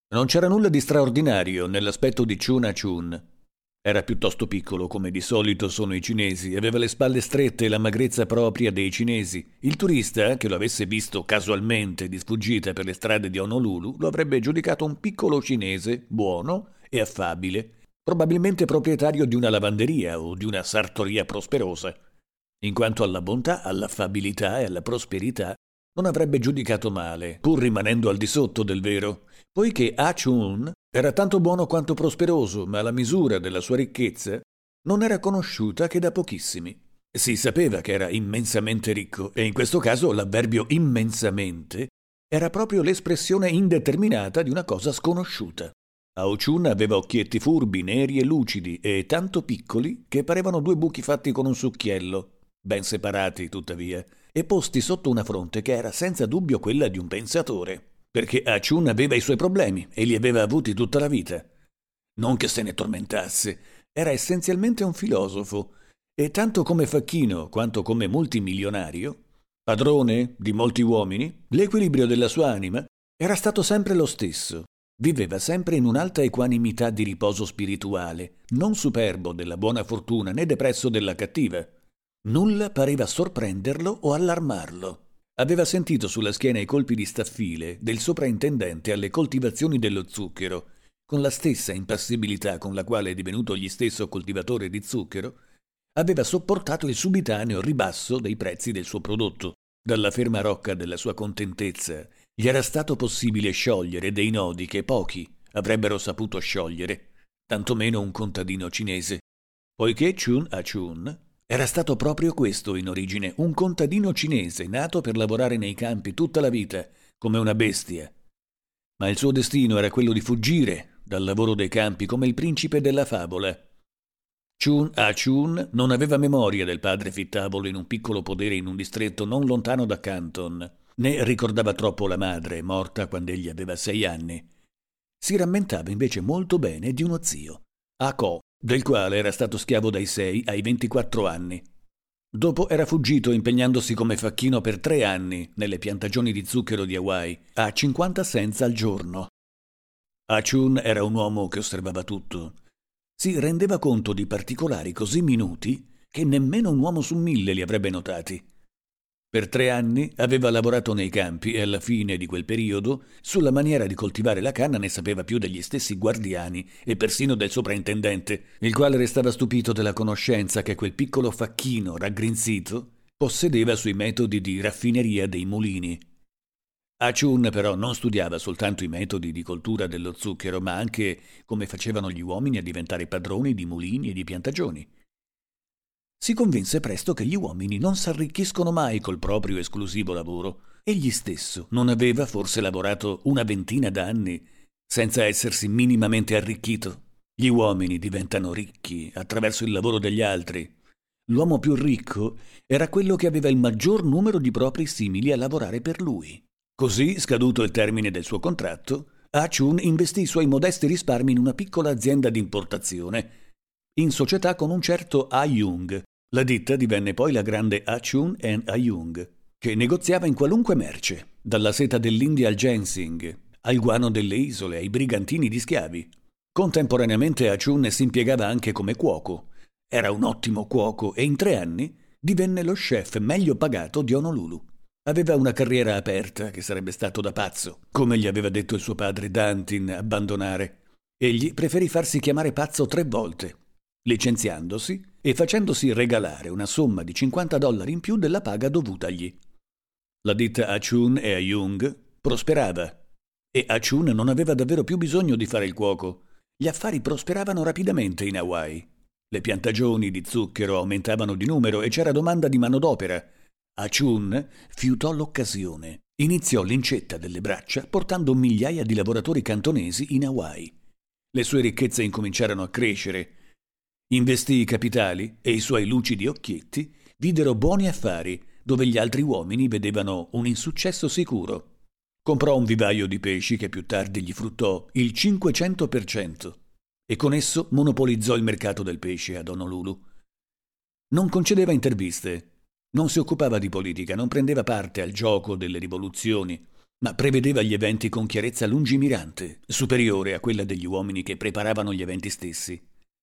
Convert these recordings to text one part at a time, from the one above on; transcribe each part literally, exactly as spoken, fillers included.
Non c'era nulla di straordinario nell'aspetto di Chun Ah-Chun. Era piuttosto piccolo, come di solito sono i cinesi, aveva le spalle strette e la magrezza propria dei cinesi. Il turista, che lo avesse visto casualmente di sfuggita per le strade di Honolulu, lo avrebbe giudicato un piccolo cinese, buono e affabile, probabilmente proprietario di una lavanderia o di una sartoria prosperosa. In quanto alla bontà, all'affabilità e alla prosperità, non avrebbe giudicato male, pur rimanendo al di sotto del vero, poiché Ah-Chun era tanto buono quanto prosperoso, ma la misura della sua ricchezza non era conosciuta che da pochissimi. Si sapeva che era immensamente ricco, e in questo caso l'avverbio immensamente era proprio l'espressione indeterminata di una cosa sconosciuta. Ah-Chun aveva occhietti furbi, neri e lucidi, e tanto piccoli che parevano due buchi fatti con un succhiello, ben separati tuttavia, e posti sotto una fronte che era senza dubbio quella di un pensatore, perché Ah-Chun aveva i suoi problemi e li aveva avuti tutta la vita. Non che se ne tormentasse, era essenzialmente un filosofo, e tanto come facchino quanto come multimilionario, padrone di molti uomini, l'equilibrio della sua anima era stato sempre lo stesso. Viveva sempre in un'alta equanimità di riposo spirituale, non superbo della buona fortuna né depresso della cattiva. Nulla pareva sorprenderlo o allarmarlo. Aveva sentito sulla schiena i colpi di staffile del sopraintendente alle coltivazioni dello zucchero, con la stessa impassibilità con la quale è divenuto egli stesso coltivatore di zucchero. Aveva sopportato il subitaneo ribasso dei prezzi del suo prodotto. Dalla ferma rocca della sua contentezza gli era stato possibile sciogliere dei nodi che pochi avrebbero saputo sciogliere, tantomeno un contadino cinese, poiché Chun Ah-Chun era stato proprio questo in origine, un contadino cinese nato per lavorare nei campi tutta la vita, come una bestia. Ma il suo destino era quello di fuggire dal lavoro dei campi come il principe della favola. Chun Ah-Chun non aveva memoria del padre fittavolo in un piccolo podere in un distretto non lontano da Canton, né ricordava troppo la madre, morta quando egli aveva sei anni. Si rammentava invece molto bene di uno zio, Ah-Ko, del quale era stato schiavo dai sei ai ventiquattro anni. Dopo era fuggito impegnandosi come facchino per tre anni nelle piantagioni di zucchero di Hawaii, a cinquanta cents al giorno. Ah-Chun era un uomo che osservava tutto. Si rendeva conto di particolari così minuti che nemmeno un uomo su mille li avrebbe notati. Per tre anni aveva lavorato nei campi e alla fine di quel periodo sulla maniera di coltivare la canna ne sapeva più degli stessi guardiani e persino del sopraintendente, il quale restava stupito della conoscenza che quel piccolo facchino raggrinzito possedeva sui metodi di raffineria dei mulini. Ah-Chun però non studiava soltanto i metodi di coltura dello zucchero, ma anche come facevano gli uomini a diventare padroni di mulini e di piantagioni. Si convinse presto che gli uomini non s'arricchiscono mai col proprio esclusivo lavoro. Egli stesso non aveva forse lavorato una ventina d'anni senza essersi minimamente arricchito. Gli uomini diventano ricchi attraverso il lavoro degli altri. L'uomo più ricco era quello che aveva il maggior numero di propri simili a lavorare per lui. Così, scaduto il termine del suo contratto, Ah-Chun investì i suoi modesti risparmi in una piccola azienda di importazione, in società con un certo Ah-Yung. La ditta divenne poi la grande Ah-Chun and Ah-Yung, che negoziava in qualunque merce, dalla seta dell'India al ginseng, al guano delle isole, ai brigantini di schiavi. Contemporaneamente Ah-Chun si impiegava anche come cuoco. Era un ottimo cuoco e in tre anni divenne lo chef meglio pagato di Honolulu. Aveva una carriera aperta che sarebbe stato da pazzo, come gli aveva detto il suo padre Dantin, abbandonare. Egli preferì farsi chiamare pazzo tre volte, licenziandosi e facendosi regalare una somma di cinquanta dollari in più della paga dovutagli. La ditta Ah-Chun e Ah-Yung prosperava e Ah-Chun non aveva davvero più bisogno di fare il cuoco. Gli affari prosperavano rapidamente in Hawaii. Le piantagioni di zucchero aumentavano di numero e c'era domanda di manodopera. Ah-Chun fiutò l'occasione. Iniziò l'incetta delle braccia portando migliaia di lavoratori cantonesi in Hawaii. Le sue ricchezze incominciarono a crescere. Investì i capitali e i suoi lucidi occhietti videro buoni affari dove gli altri uomini vedevano un insuccesso sicuro. Comprò un vivaio di pesci che più tardi gli fruttò il cinquecento per cento e con esso monopolizzò il mercato del pesce ad Honolulu. Non concedeva interviste, non si occupava di politica, non prendeva parte al gioco delle rivoluzioni. ma prevedeva gli eventi con chiarezza lungimirante, superiore a quella degli uomini che preparavano gli eventi stessi.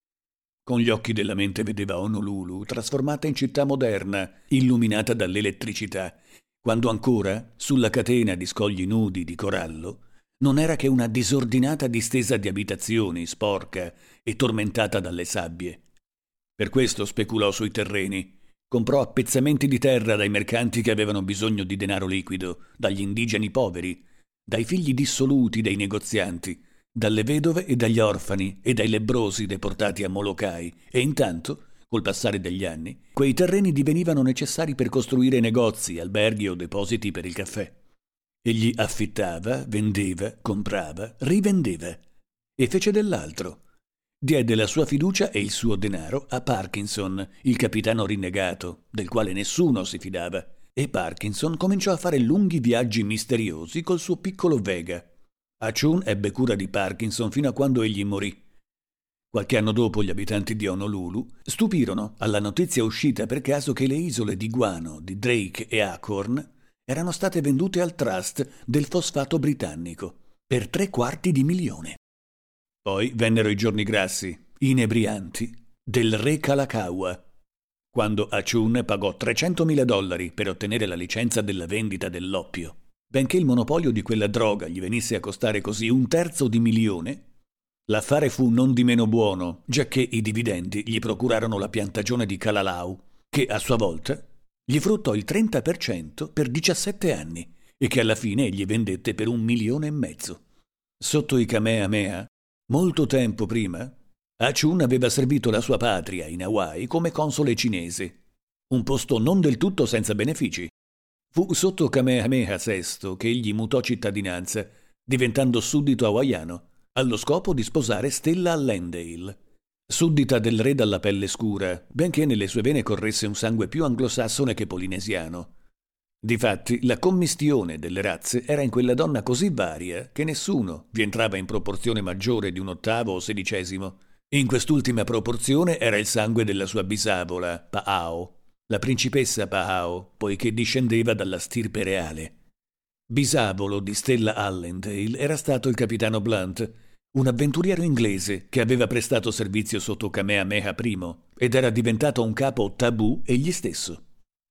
Con gli occhi della mente vedeva Honolulu trasformata in città moderna, illuminata dall'elettricità, quando ancora, sulla catena di scogli nudi di corallo, non era che una disordinata distesa di abitazioni, sporca e tormentata dalle sabbie. Per questo speculò sui terreni, comprò appezzamenti di terra dai mercanti che avevano bisogno di denaro liquido, dagli indigeni poveri, dai figli dissoluti dei negozianti, dalle vedove e dagli orfani e dai lebbrosi deportati a Molokai, e intanto, col passare degli anni, quei terreni divenivano necessari per costruire negozi, alberghi o depositi per il caffè. Egli affittava, vendeva, comprava, rivendeva e fece dell'altro. Diede la sua fiducia e il suo denaro a Parkinson, il capitano rinnegato, del quale nessuno si fidava, e Parkinson cominciò a fare lunghi viaggi misteriosi col suo piccolo Vega. Achun ebbe cura di Parkinson fino a quando egli morì. Qualche anno dopo gli abitanti di Honolulu stupirono alla notizia uscita per caso che le isole di Guano, di Drake e Acorn erano state vendute al trust del fosfato britannico per tre quarti di milione. Poi vennero i giorni grassi, inebrianti, del re Kalakaua, quando Achun pagò trecentomila dollari per ottenere la licenza della vendita dell'oppio. Benché il monopolio di quella droga gli venisse a costare così un terzo di milione, l'affare fu non di meno buono, giacché i dividendi gli procurarono la piantagione di Kalalau, che a sua volta gli fruttò il trenta per cento per diciassette anni e che alla fine gli vendette per un milione e mezzo. Sotto i Kamehameha, molto tempo prima, Achun aveva servito la sua patria in Hawaii come console cinese, un posto non del tutto senza benefici. Fu sotto Kamehameha sesto che egli mutò cittadinanza, diventando suddito hawaiano, allo scopo di sposare Stella Landale, suddita del re dalla pelle scura, benché nelle sue vene corresse un sangue più anglosassone che polinesiano. Difatti, la commistione delle razze era in quella donna così varia che nessuno vi entrava in proporzione maggiore di un ottavo o sedicesimo. In quest'ultima proporzione era il sangue della sua bisavola, Paao, la principessa Paao, poiché discendeva dalla stirpe reale. Bisavolo di Stella Allendale era stato il capitano Blunt, un avventuriero inglese che aveva prestato servizio sotto Kamehameha I ed era diventato un capo tabù egli stesso.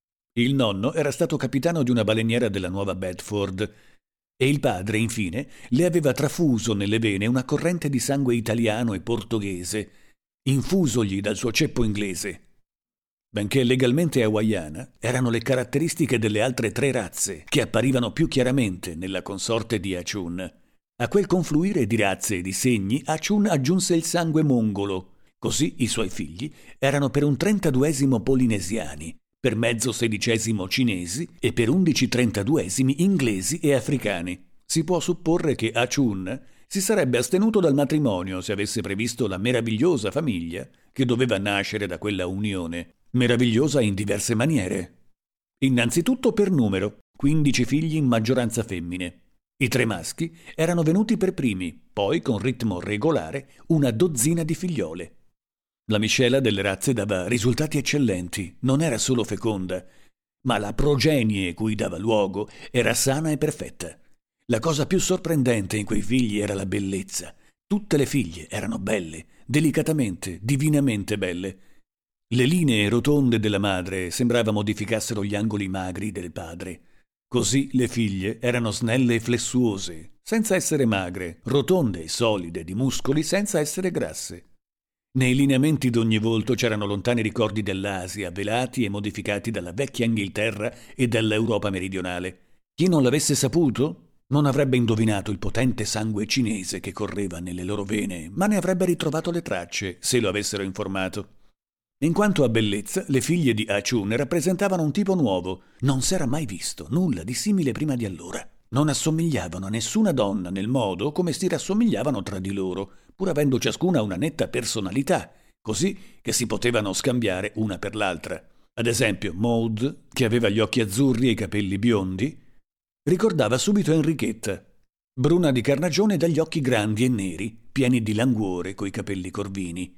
Il nonno era stato capitano di una baleniera della Nuova Bedford e il padre, infine, le aveva trafuso nelle vene una corrente di sangue italiano e portoghese, infusogli dal suo ceppo inglese. Benché legalmente hawaiana, erano le caratteristiche delle altre tre razze che apparivano più chiaramente nella consorte di Achun. A quel confluire di razze e di segni, Achun aggiunse il sangue mongolo. Così i suoi figli erano per un trentaduesimo polinesiani, per mezzo sedicesimo cinesi e per undici trentaduesimi inglesi e africani. Si può supporre che Achun si sarebbe astenuto dal matrimonio se avesse previsto la meravigliosa famiglia che doveva nascere da quella unione, meravigliosa in diverse maniere. Innanzitutto per numero, quindici figli in maggioranza femmine. I tre maschi erano venuti per primi, poi con ritmo regolare una dozzina di figliole. La miscela delle razze dava risultati eccellenti, non era solo feconda, ma la progenie cui dava luogo era sana e perfetta. La cosa più sorprendente in quei figli era la bellezza. Tutte le figlie erano belle, delicatamente, divinamente belle. Le linee rotonde della madre sembrava modificassero gli angoli magri del padre. Così le figlie erano snelle e flessuose, senza essere magre, rotonde e solide di muscoli, senza essere grasse. Nei lineamenti d'ogni volto c'erano lontani ricordi dell'Asia, velati e modificati dalla vecchia Inghilterra e dall'Europa meridionale. Chi non l'avesse saputo non avrebbe indovinato il potente sangue cinese che correva nelle loro vene, ma ne avrebbe ritrovato le tracce se lo avessero informato. In quanto a bellezza, le figlie di Achun rappresentavano un tipo nuovo. Non s'era mai visto nulla di simile prima di allora. Non assomigliavano a nessuna donna nel modo come si rassomigliavano tra di loro, pur avendo ciascuna una netta personalità, così che si potevano scambiare una per l'altra. Ad esempio, Maud, che aveva gli occhi azzurri e i capelli biondi, ricordava subito Enrichetta, bruna di carnagione dagli occhi grandi e neri, pieni di languore coi capelli corvini.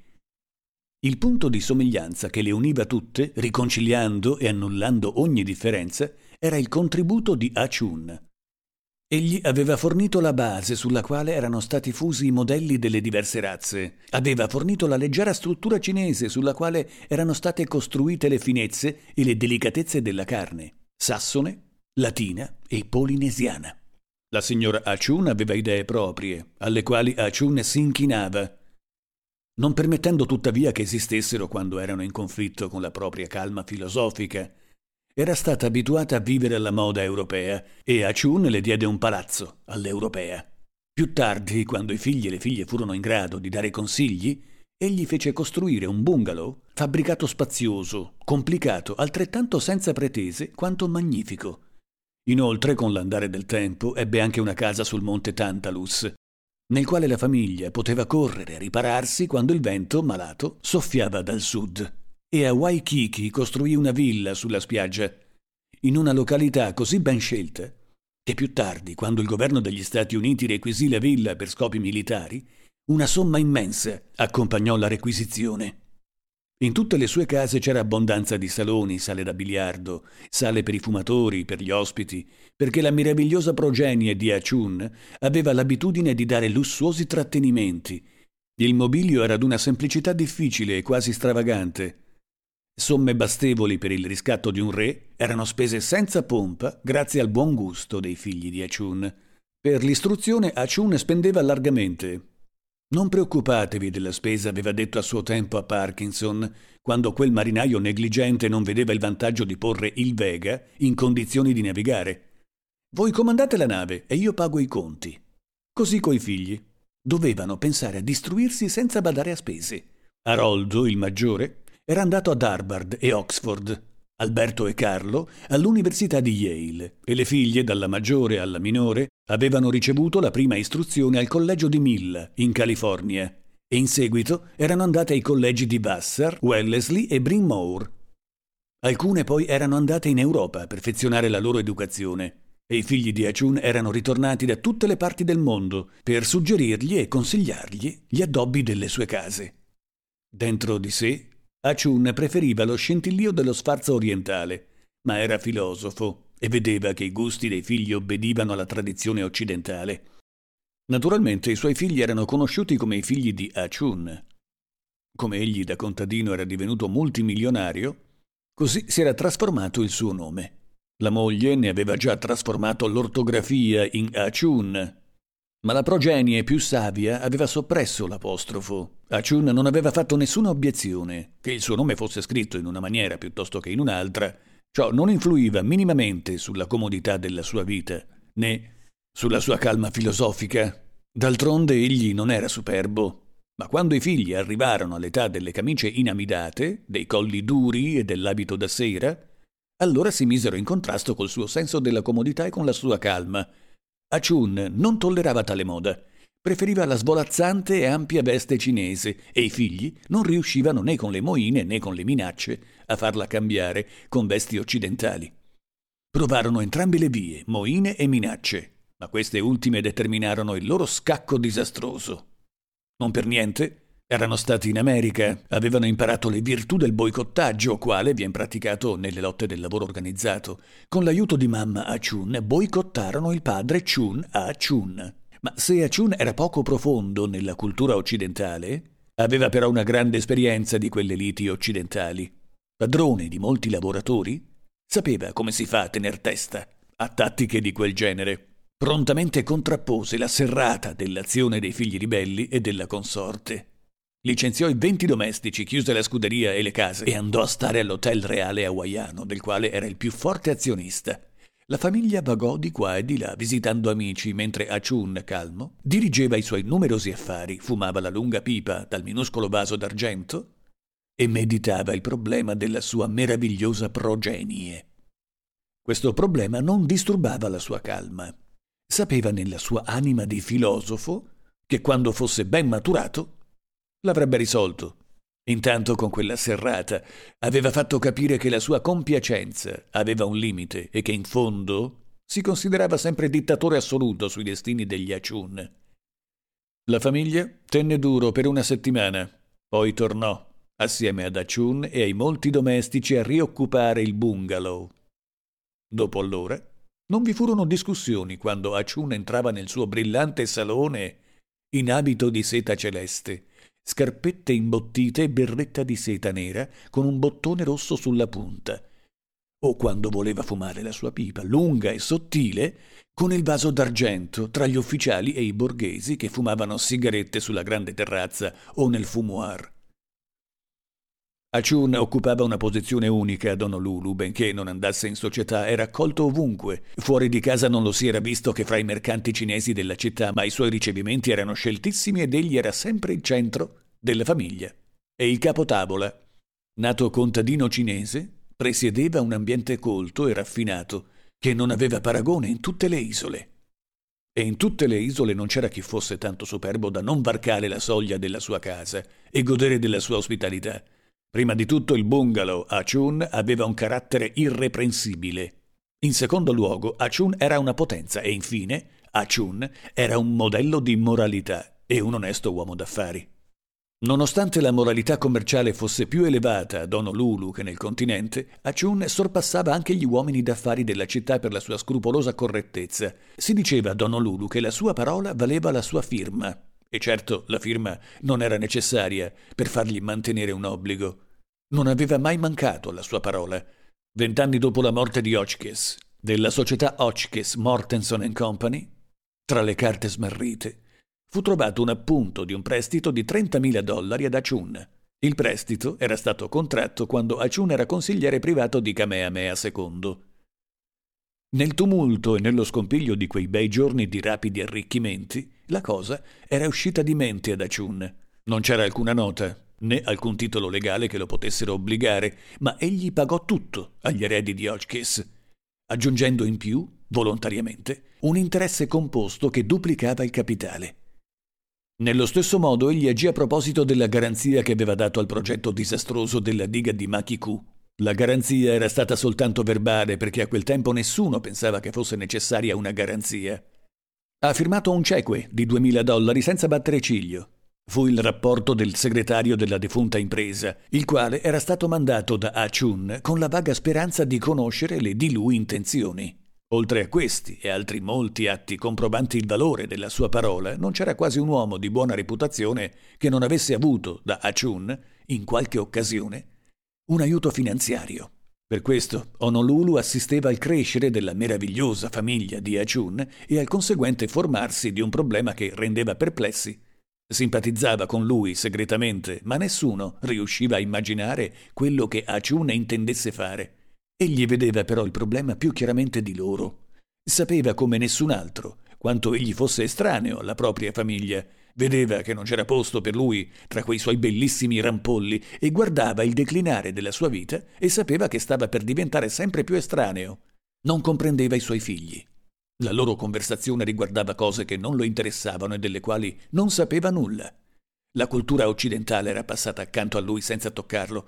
Il punto di somiglianza che le univa tutte, riconciliando e annullando ogni differenza, era il contributo di Achun. Egli aveva fornito la base sulla quale erano stati fusi i modelli delle diverse razze. Aveva fornito la leggera struttura cinese sulla quale erano state costruite le finezze e le delicatezze della carne, sassone, latina e polinesiana. La signora Achun aveva idee proprie, alle quali Achun si inchinava, non permettendo tuttavia che esistessero quando erano in conflitto con la propria calma filosofica. Era stata abituata a vivere alla moda europea e Achun le diede un palazzo all'europea. Più tardi, quando i figli e le figlie furono in grado di dare consigli, egli fece costruire un bungalow fabbricato spazioso, complicato, altrettanto senza pretese quanto magnifico. Inoltre, con l'andare del tempo, ebbe anche una casa sul monte Tantalus, nel quale la famiglia poteva correre a ripararsi quando il vento malato soffiava dal sud. E a Waikiki costruì una villa sulla spiaggia, in una località così ben scelta che più tardi, quando il governo degli Stati Uniti requisì la villa per scopi militari, una somma immensa accompagnò la requisizione. In tutte le sue case c'era abbondanza di saloni, sale da biliardo, sale per i fumatori, per gli ospiti, perché la meravigliosa progenie di Achun aveva l'abitudine di dare lussuosi trattenimenti. Il mobilio era d'una semplicità difficile e quasi stravagante. Somme bastevoli per il riscatto di un re erano spese senza pompa grazie al buon gusto dei figli di Achun. Per l'istruzione Achun spendeva largamente. «Non preoccupatevi della spesa», aveva detto a suo tempo a Parkinson, quando quel marinaio negligente non vedeva il vantaggio di porre il Vega in condizioni di navigare. «Voi comandate la nave e io pago i conti». Così coi figli. Dovevano pensare a distruirsi senza badare a spese. Haroldo, il maggiore, era andato ad Harvard e Oxford, Alberto e Carlo all'Università di Yale, e le figlie, dalla maggiore alla minore, avevano ricevuto la prima istruzione al collegio di Mill, in California, e in seguito erano andate ai collegi di Vassar, Wellesley e Bryn Mawr. Alcune poi erano andate in Europa a perfezionare la loro educazione, e i figli di Achun erano ritornati da tutte le parti del mondo per suggerirgli e consigliargli gli addobbi delle sue case. Dentro di sé, Achun preferiva lo scintillio dello sfarzo orientale, ma era filosofo e vedeva che i gusti dei figli obbedivano alla tradizione occidentale. Naturalmente i suoi figli erano conosciuti come i figli di Achun. Come egli da contadino era divenuto multimilionario, così si era trasformato il suo nome. La moglie ne aveva già trasformato l'ortografia in Achun, ma la progenie più savia aveva soppresso l'apostrofo. Achun non aveva fatto nessuna obiezione che il suo nome fosse scritto in una maniera piuttosto che in un'altra. Ciò non influiva minimamente sulla comodità della sua vita, né sulla sua calma filosofica. D'altronde egli non era superbo. Ma quando i figli arrivarono all'età delle camicie inamidate, dei colli duri e dell'abito da sera, allora si misero in contrasto col suo senso della comodità e con la sua calma. Achun non tollerava tale moda, preferiva la svolazzante e ampia veste cinese, e i figli non riuscivano né con le moine né con le minacce a farla cambiare con vesti occidentali. Provarono entrambe le vie, moine e minacce, ma queste ultime determinarono il loro scacco disastroso. Non per niente erano stati in America, avevano imparato le virtù del boicottaggio, quale viene praticato nelle lotte del lavoro organizzato. Con l'aiuto di mamma Achun boicottarono il padre Chun a Achun. Ma se Achun era poco profondo nella cultura occidentale, aveva però una grande esperienza di quelle liti occidentali. Padrone di molti lavoratori, sapeva come si fa a tener testa a tattiche di quel genere. Prontamente contrappose la serrata dell'azione dei figli ribelli e della consorte. Licenziò i venti domestici, chiuse la scuderia e le case e andò a stare all'hotel reale hawaiano, del quale era il più forte azionista. La famiglia vagò di qua e di là, visitando amici, mentre Achun, calmo, dirigeva i suoi numerosi affari, fumava la lunga pipa dal minuscolo vaso d'argento e meditava il problema della sua meravigliosa progenie. Questo problema non disturbava la sua calma. Sapeva nella sua anima di filosofo che quando fosse ben maturato l'avrebbe risolto. Intanto con quella serrata aveva fatto capire che la sua compiacenza aveva un limite e che in fondo si considerava sempre dittatore assoluto sui destini degli Achun. La famiglia tenne duro per una settimana, poi tornò assieme ad Achun e ai molti domestici a rioccupare il bungalow. Dopo allora Non vi furono discussioni quando Achun entrava nel suo brillante salone in abito di seta celeste, scarpette imbottite e berretta di seta nera con un bottone rosso sulla punta, o quando voleva fumare la sua pipa, lunga e sottile, con il vaso d'argento tra gli ufficiali e i borghesi che fumavano sigarette sulla grande terrazza o nel fumoir. Achun occupava una posizione unica ad Honolulu, benché non andasse in società, era accolto ovunque. Fuori di casa non lo si era visto che fra i mercanti cinesi della città, ma i suoi ricevimenti erano sceltissimi ed egli era sempre il centro della famiglia. E il capotavola, nato contadino cinese, presiedeva un ambiente colto e raffinato che non aveva paragone in tutte le isole. E in tutte le isole non c'era chi fosse tanto superbo da non varcare la soglia della sua casa e godere della sua ospitalità. Prima di tutto il bungalow Achun aveva un carattere irreprensibile. In secondo luogo, Achun era una potenza e infine Achun era un modello di moralità e un onesto uomo d'affari. Nonostante la moralità commerciale fosse più elevata ad Honolulu che nel continente, Achun sorpassava anche gli uomini d'affari della città per la sua scrupolosa correttezza. Si diceva ad Honolulu che la sua parola valeva la sua firma. E certo, la firma non era necessaria per fargli mantenere un obbligo. Non aveva mai mancato alla sua parola. Vent'anni dopo la morte di Hotchkiss, della società Hotchkiss Mortenson and Company, tra le carte smarrite, fu trovato un appunto di un prestito di trentamila dollari ad Achun. Il prestito era stato contratto quando Achun era consigliere privato di Kamehameha secondo. Nel tumulto e nello scompiglio di quei bei giorni di rapidi arricchimenti, la cosa era uscita di mente ad Achun. Non c'era alcuna nota, né alcun titolo legale che lo potessero obbligare, ma egli pagò tutto agli eredi di Hotchkiss, aggiungendo in più, volontariamente, un interesse composto che duplicava il capitale. Nello stesso modo egli agì a proposito della garanzia che aveva dato al progetto disastroso della diga di Makiku. La garanzia era stata soltanto verbale perché a quel tempo nessuno pensava che fosse necessaria una garanzia. Ha firmato un ceque di duemila dollari senza battere ciglio. Fu il rapporto del segretario della defunta impresa, il quale era stato mandato da Achun con la vaga speranza di conoscere le di lui intenzioni. Oltre a questi e altri molti atti comprovanti il valore della sua parola, non c'era quasi un uomo di buona reputazione che non avesse avuto da Achun, in qualche occasione, un aiuto finanziario. Per questo Honolulu assisteva al crescere della meravigliosa famiglia di Achun e al conseguente formarsi di un problema che rendeva perplessi. Simpatizzava con lui segretamente, ma nessuno riusciva a immaginare quello che Achun intendesse fare. Egli vedeva però il problema più chiaramente di loro. Sapeva come nessun altro quanto egli fosse estraneo alla propria famiglia. Vedeva che non c'era posto per lui tra quei suoi bellissimi rampolli e guardava il declinare della sua vita e sapeva che stava per diventare sempre più estraneo. Non comprendeva i suoi figli. La loro conversazione riguardava cose che non lo interessavano e delle quali non sapeva nulla. La cultura occidentale era passata accanto a lui senza toccarlo.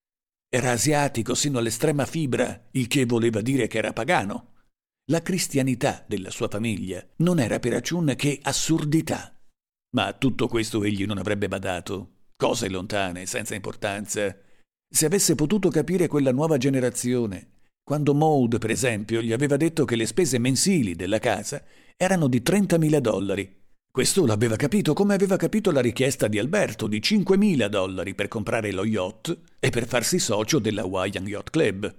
Era asiatico sino all'estrema fibra, il che voleva dire che era pagano. La cristianità della sua famiglia non era per Achun che assurdità. Ma a tutto questo egli non avrebbe badato. Cose lontane, senza importanza. Se avesse potuto capire quella nuova generazione, quando Maud, per esempio, gli aveva detto che le spese mensili della casa erano di trentamila dollari. Questo l'aveva capito come aveva capito la richiesta di Alberto di cinquemila dollari per comprare lo yacht e per farsi socio della Hawaiian Yacht Club.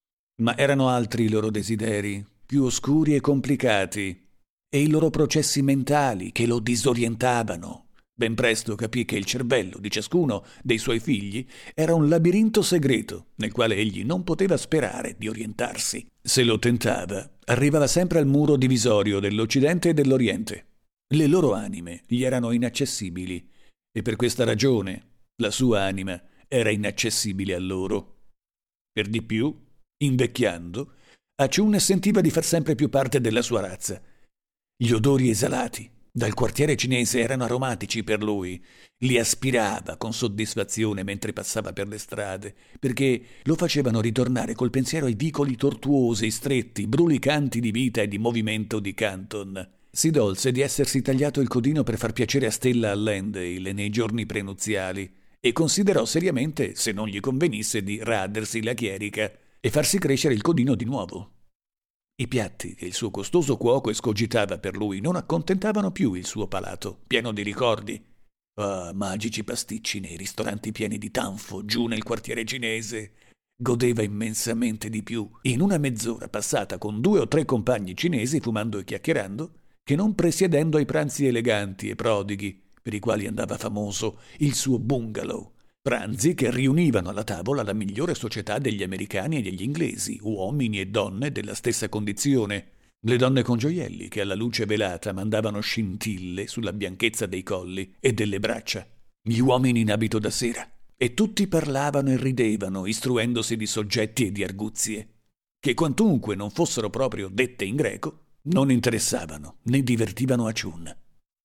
Ma erano altri i loro desideri, più oscuri e complicati, e i loro processi mentali che lo disorientavano. Ben presto capì che il cervello di ciascuno dei suoi figli era un labirinto segreto nel quale egli non poteva sperare di orientarsi. Se lo tentava, arrivava sempre al muro divisorio dell'Occidente e dell'Oriente. Le loro anime gli erano inaccessibili e per questa ragione la sua anima era inaccessibile a loro. Per di più, invecchiando, Achun sentiva di far sempre più parte della sua razza. Gli odori esalati dal quartiere cinese erano aromatici per lui. Li aspirava con soddisfazione mentre passava per le strade, perché lo facevano ritornare col pensiero ai vicoli tortuosi, stretti, brulicanti di vita e di movimento di Canton. Si dolse di essersi tagliato il codino per far piacere a Stella Landale nei giorni prenuziali e considerò seriamente, se non gli convenisse, di radersi la chierica e farsi crescere il codino di nuovo. I piatti che il suo costoso cuoco escogitava per lui non accontentavano più il suo palato, pieno di ricordi. Ah, magici pasticci nei ristoranti pieni di tanfo giù nel quartiere cinese. Godeva immensamente di più in una mezz'ora passata con due o tre compagni cinesi fumando e chiacchierando che non presiedendo ai pranzi eleganti e prodighi per i quali andava famoso il suo bungalow. Pranzi che riunivano alla tavola la migliore società degli americani e degli inglesi, uomini e donne della stessa condizione. Le donne con gioielli che alla luce velata mandavano scintille sulla bianchezza dei colli e delle braccia. Gli uomini in abito da sera. E tutti parlavano e ridevano, istruendosi di soggetti e di arguzie, che quantunque non fossero proprio dette in greco, non interessavano né divertivano Achun.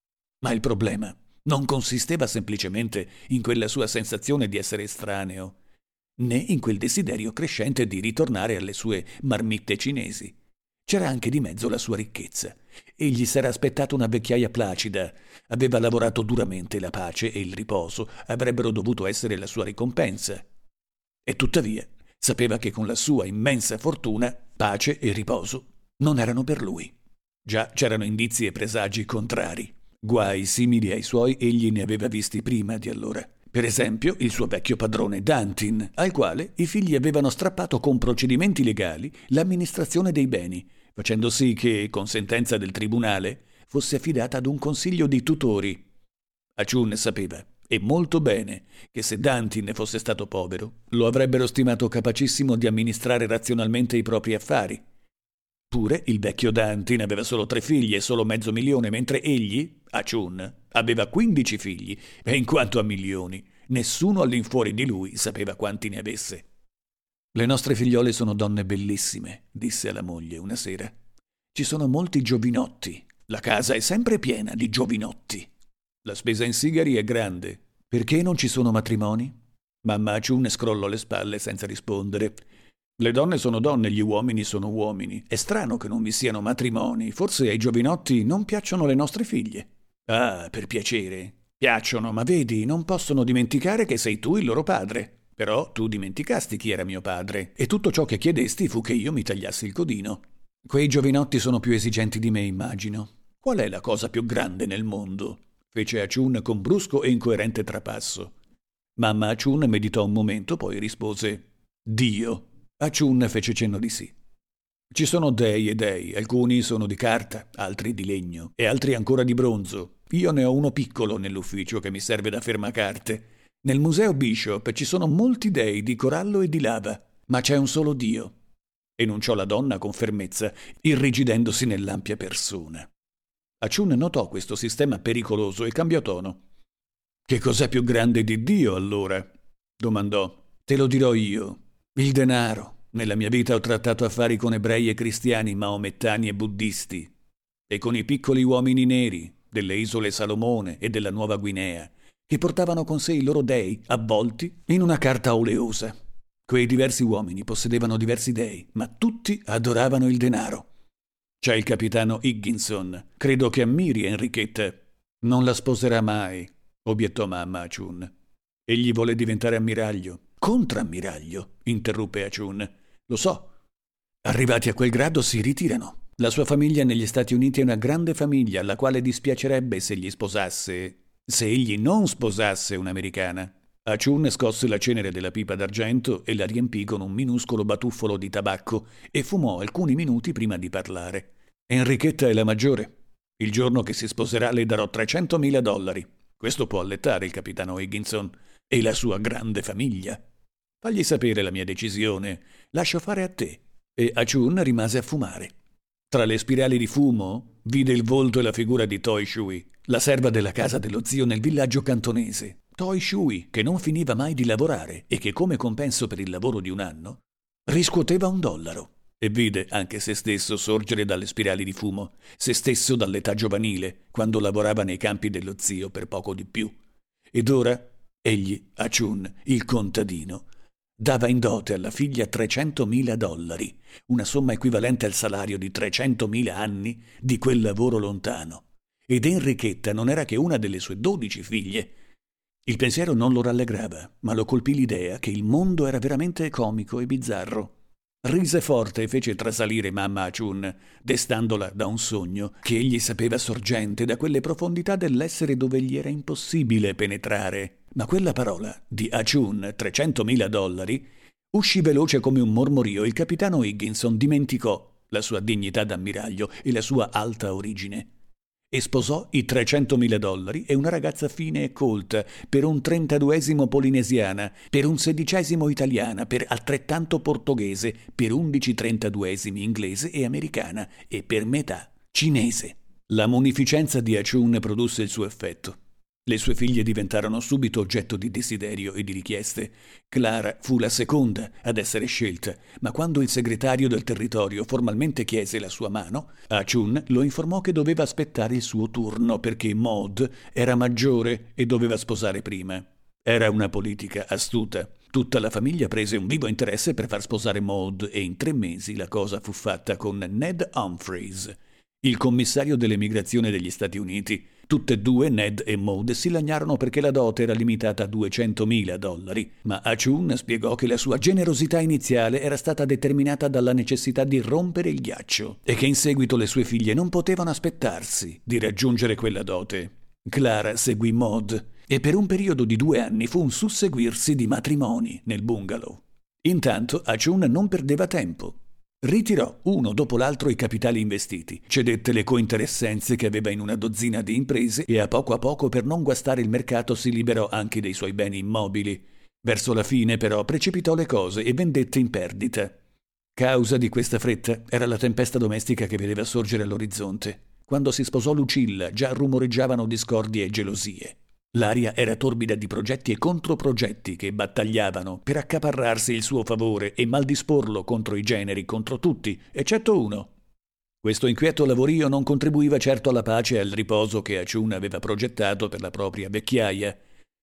Ma il problema non consisteva semplicemente in quella sua sensazione di essere estraneo, né in quel desiderio crescente di ritornare alle sue marmitte cinesi. C'era anche di mezzo la sua ricchezza. Egli s'era aspettato una vecchiaia placida, aveva lavorato duramente, la pace e il riposo avrebbero dovuto essere la sua ricompensa. E tuttavia sapeva che con la sua immensa fortuna, pace e riposo non erano per lui. Già c'erano indizi e presagi contrari. Guai simili ai suoi egli ne aveva visti prima di allora. Per esempio, il suo vecchio padrone Dantin, al quale i figli avevano strappato con procedimenti legali l'amministrazione dei beni, facendo sì che, con sentenza del tribunale, fosse affidata ad un consiglio di tutori. Achun sapeva, e molto bene, che se Dantin fosse stato povero, lo avrebbero stimato capacissimo di amministrare razionalmente i propri affari. Pure il vecchio Dantin aveva solo tre figli e solo mezzo milione, mentre egli, Achun, aveva quindici figli, e in quanto a milioni, nessuno all'infuori di lui sapeva quanti ne avesse. «Le nostre figliole sono donne bellissime», disse alla moglie una sera. «Ci sono molti giovinotti. La casa è sempre piena di giovinotti. La spesa in sigari è grande. Perché non ci sono matrimoni?» Mamma Achun scrollò le spalle senza rispondere. «Le donne sono donne, gli uomini sono uomini. È strano che non vi siano matrimoni. Forse ai giovinotti non piacciono le nostre figlie». «Ah, per piacere. Piacciono, ma vedi, non possono dimenticare che sei tu il loro padre. Però tu dimenticasti chi era mio padre, e tutto ciò che chiedesti fu che io mi tagliassi il codino. Quei giovinotti sono più esigenti di me, immagino. Qual è la cosa più grande nel mondo?» fece Achun con brusco e incoerente trapasso. Mamma Achun meditò un momento, poi rispose: «Dio». Achun fece cenno di sì. «Ci sono dei e dei, alcuni sono di carta, altri di legno, e altri ancora di bronzo. Io ne ho uno piccolo nell'ufficio che mi serve da fermacarte. Nel museo Bishop ci sono molti dei di corallo e di lava, ma c'è un solo Dio», enunciò la donna con fermezza, irrigidendosi nell'ampia persona. Achun notò questo sistema pericoloso e cambiò tono. «Che cos'è più grande di Dio, allora?» domandò. «Te lo dirò io. Il denaro. Nella mia vita ho trattato affari con ebrei e cristiani, maomettani e buddisti, e con i piccoli uomini neri delle isole Salomone e della Nuova Guinea, che portavano con sé i loro dei avvolti in una carta oleosa. Quei diversi uomini possedevano diversi dei, ma tutti adoravano il denaro. C'è il capitano Higginson, credo che ammiri Enrichetta. Non la sposerà mai», obiettò mamma Achun. «Egli vuole diventare ammiraglio». «Contrammiraglio», interruppe Achun. «Lo so. Arrivati a quel grado si ritirano. La sua famiglia negli Stati Uniti è una grande famiglia alla quale dispiacerebbe se gli sposasse, se egli non sposasse un'americana». Achun scosse la cenere della pipa d'argento e la riempì con un minuscolo batuffolo di tabacco e fumò alcuni minuti prima di parlare. «Enrichetta è la maggiore. Il giorno che si sposerà le darò trecentomila dollari. Questo può allettare il capitano Higginson e la sua grande famiglia. Fagli sapere la mia decisione. Lascio fare a te». E Achun rimase a fumare. Tra le spirali di fumo vide il volto e la figura di Toi Shui, la serva della casa dello zio nel villaggio cantonese. Toi Shui, che non finiva mai di lavorare e che, come compenso per il lavoro di un anno, riscuoteva un dollaro. E vide anche se stesso sorgere dalle spirali di fumo, se stesso dall'età giovanile, quando lavorava nei campi dello zio per poco di più. Ed ora egli, Achun, il contadino, dava in dote alla figlia trecentomila dollari, una somma equivalente al salario di trecentomila anni di quel lavoro lontano. Ed Enrichetta non era che una delle sue dodici figlie. Il pensiero non lo rallegrava, ma lo colpì l'idea che il mondo era veramente comico e bizzarro. Rise forte e fece trasalire mamma Achun, destandola da un sogno che egli sapeva sorgente da quelle profondità dell'essere dove gli era impossibile penetrare. Ma quella parola di Achun, trecentomila dollari, uscì veloce come un mormorio. Il capitano Higginson dimenticò la sua dignità d'ammiraglio e la sua alta origine e sposò i trecentomila dollari e una ragazza fine e colta, per un trentaduesimo polinesiana, per un sedicesimo italiana, per altrettanto portoghese, per undici trentaduesimi inglese e americana e per metà cinese. La munificenza di Achun produsse il suo effetto. Le sue figlie diventarono subito oggetto di desiderio e di richieste. Clara fu la seconda ad essere scelta, ma quando il segretario del territorio formalmente chiese la sua mano, Achun lo informò che doveva aspettare il suo turno perché Maud era maggiore e doveva sposare prima. Era una politica astuta. Tutta la famiglia prese un vivo interesse per far sposare Maud e in tre mesi la cosa fu fatta con Ned Humphreys, il commissario dell'emigrazione degli Stati Uniti. Tutte e due, Ned e Maud, si lagnarono perché la dote era limitata a duecentomila dollari, ma Achun spiegò che la sua generosità iniziale era stata determinata dalla necessità di rompere il ghiaccio e che in seguito le sue figlie non potevano aspettarsi di raggiungere quella dote. Clara seguì Maud e per un periodo di due anni fu un susseguirsi di matrimoni nel bungalow. Intanto Achun non perdeva tempo. Ritirò uno dopo l'altro i capitali investiti, cedette le cointeressenze che aveva in una dozzina di imprese e a poco a poco, per non guastare il mercato, si liberò anche dei suoi beni immobili. Verso la fine però precipitò le cose e vendette in perdita. Causa di questa fretta era la tempesta domestica che vedeva sorgere all'orizzonte. Quando si sposò Lucilla già rumoreggiavano discordie e gelosie. L'aria era torbida di progetti e controprogetti che battagliavano per accaparrarsi il suo favore e maldisporlo contro i generi, contro tutti, eccetto uno. Questo inquieto lavorio non contribuiva certo alla pace e al riposo che Achun aveva progettato per la propria vecchiaia.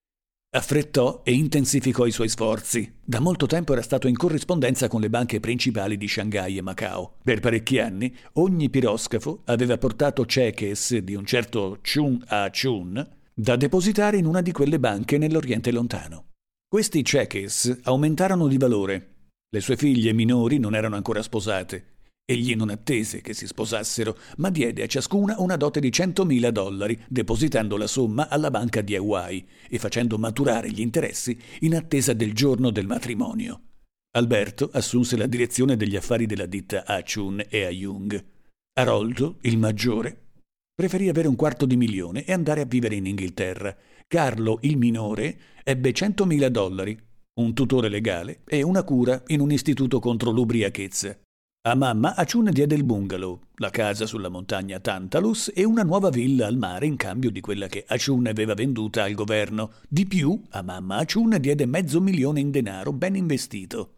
Affrettò e intensificò i suoi sforzi. Da molto tempo era stato in corrispondenza con le banche principali di Shanghai e Macao. Per parecchi anni ogni piroscafo aveva portato cheques di un certo Chung Achun da depositare in una di quelle banche nell'Oriente lontano. Questi cheques aumentarono di valore. Le sue figlie minori non erano ancora sposate. Egli non attese che si sposassero, ma diede a ciascuna una dote di centomila dollari, depositando la somma alla banca di Hawaii e facendo maturare gli interessi in attesa del giorno del matrimonio. Alberto assunse la direzione degli affari della ditta Achun e Ayung. Aroldo, il maggiore, preferì avere un quarto di milione e andare a vivere in Inghilterra. Carlo, il minore, ebbe centomila dollari, un tutore legale e una cura in un istituto contro l'ubriachezza. A mamma Achun diede il bungalow, la casa sulla montagna Tantalus e una nuova villa al mare in cambio di quella che Achun aveva venduta al governo. Di più, a mamma Achun diede mezzo milione in denaro ben investito.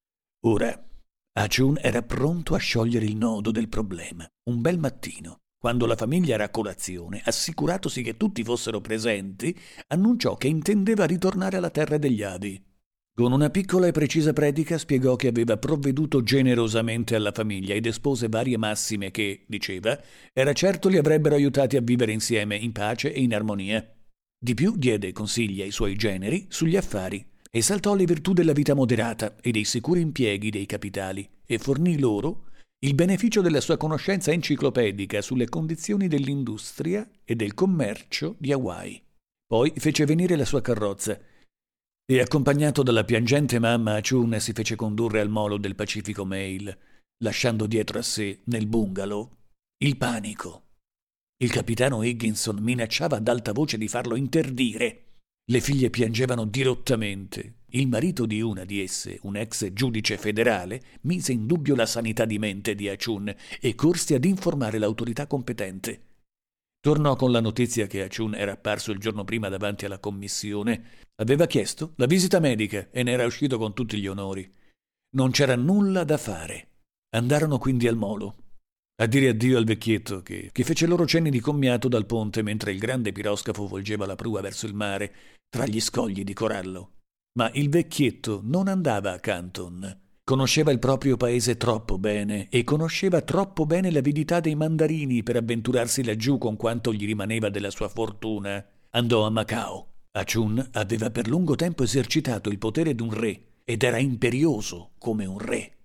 Ora, Achun era pronto a sciogliere il nodo del problema. Un bel mattino, quando la famiglia era a colazione, assicuratosi che tutti fossero presenti, annunciò che intendeva ritornare alla terra degli avi. Con una piccola e precisa predica spiegò che aveva provveduto generosamente alla famiglia ed espose varie massime che, diceva, era certo li avrebbero aiutati a vivere insieme in pace e in armonia. Di più diede consigli ai suoi generi sugli affari, esaltò le virtù della vita moderata e dei sicuri impieghi dei capitali e fornì loro il beneficio della sua conoscenza enciclopedica sulle condizioni dell'industria e del commercio di Hawaii. Poi fece venire la sua carrozza e, accompagnato dalla piangente mamma Achun, si fece condurre al molo del Pacifico Mail, lasciando dietro a sé, nel bungalow, il panico. Il capitano Higginson minacciava ad alta voce di farlo interdire. Le figlie piangevano dirottamente. Il marito di una di esse, un ex giudice federale, mise in dubbio la sanità di mente di Achun e corse ad informare l'autorità competente. Tornò con la notizia che Achun era apparso il giorno prima davanti alla commissione, aveva chiesto la visita medica e ne era uscito con tutti gli onori. Non c'era nulla da fare. Andarono quindi al molo a dire addio al vecchietto che, che fece loro cenni di commiato dal ponte mentre il grande piroscafo volgeva la prua verso il mare tra gli scogli di corallo. Ma il vecchietto non andava a Canton. Conosceva il proprio paese troppo bene e conosceva troppo bene l'avidità dei mandarini per avventurarsi laggiù con quanto gli rimaneva della sua fortuna. Andò a Macao. Achun aveva per lungo tempo esercitato il potere d'un re ed era imperioso come un re.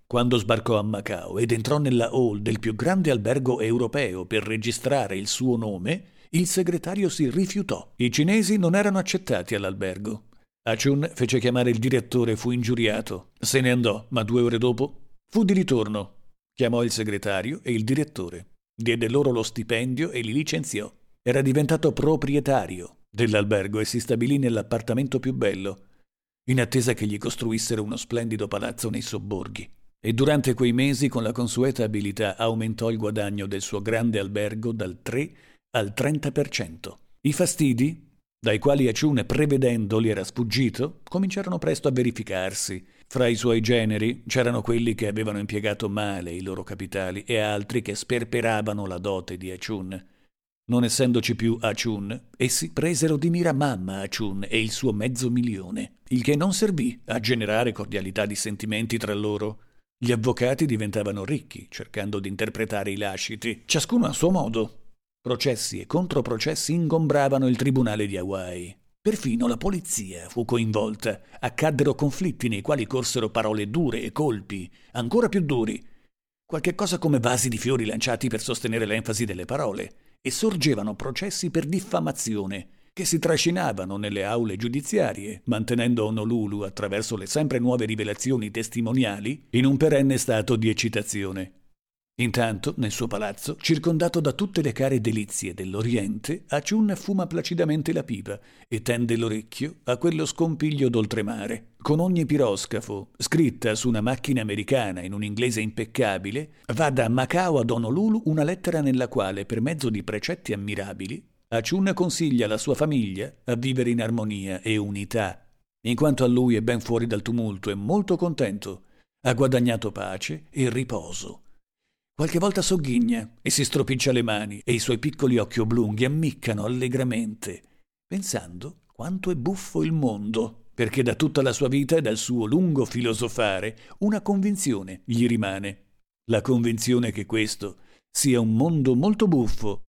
Quando sbarcò a Macao ed entrò nella hall del più grande albergo europeo per registrare il suo nome, il segretario si rifiutò. I cinesi non erano accettati all'albergo. Achun fece chiamare il direttore e fu ingiuriato. Se ne andò, ma due ore dopo fu di ritorno. Chiamò il segretario e il direttore. Diede loro lo stipendio e li licenziò. Era diventato proprietario dell'albergo e si stabilì nell'appartamento più bello, in attesa che gli costruissero uno splendido palazzo nei sobborghi. E durante quei mesi, con la consueta abilità, aumentò il guadagno del suo grande albergo dal tre al trenta per cento. I fastidi, dai quali Achun, prevedendoli, era sfuggito, cominciarono presto a verificarsi. Fra i suoi generi c'erano quelli che avevano impiegato male i loro capitali e altri che sperperavano la dote di Achun. Non essendoci più Achun, essi presero di mira mamma Achun e il suo mezzo milione, il che non servì a generare cordialità di sentimenti tra loro. Gli avvocati diventavano ricchi, cercando di interpretare i lasciti, ciascuno a suo modo. Processi e controprocessi ingombravano il tribunale di Hawaii. Perfino la polizia fu coinvolta. Accaddero conflitti nei quali corsero parole dure e colpi, ancora più duri. Qualche cosa come vasi di fiori lanciati per sostenere l'enfasi delle parole. E sorgevano processi per diffamazione, che si trascinavano nelle aule giudiziarie, mantenendo Honolulu, attraverso le sempre nuove rivelazioni testimoniali, in un perenne stato di eccitazione. Intanto, nel suo palazzo, circondato da tutte le care delizie dell'Oriente, Achun fuma placidamente la pipa e tende l'orecchio a quello scompiglio d'oltremare. Con ogni piroscafo, scritta su una macchina americana in un inglese impeccabile, va da Macao ad Honolulu una lettera nella quale, per mezzo di precetti ammirabili, Achun consiglia alla sua famiglia a vivere in armonia e unità. In quanto a lui è ben fuori dal tumulto e molto contento, ha guadagnato pace e riposo. Qualche volta sogghigna e si stropiccia le mani e i suoi piccoli occhi oblunghi ammiccano allegramente, pensando quanto è buffo il mondo, perché da tutta la sua vita e dal suo lungo filosofare una convinzione gli rimane, la convinzione che questo sia un mondo molto buffo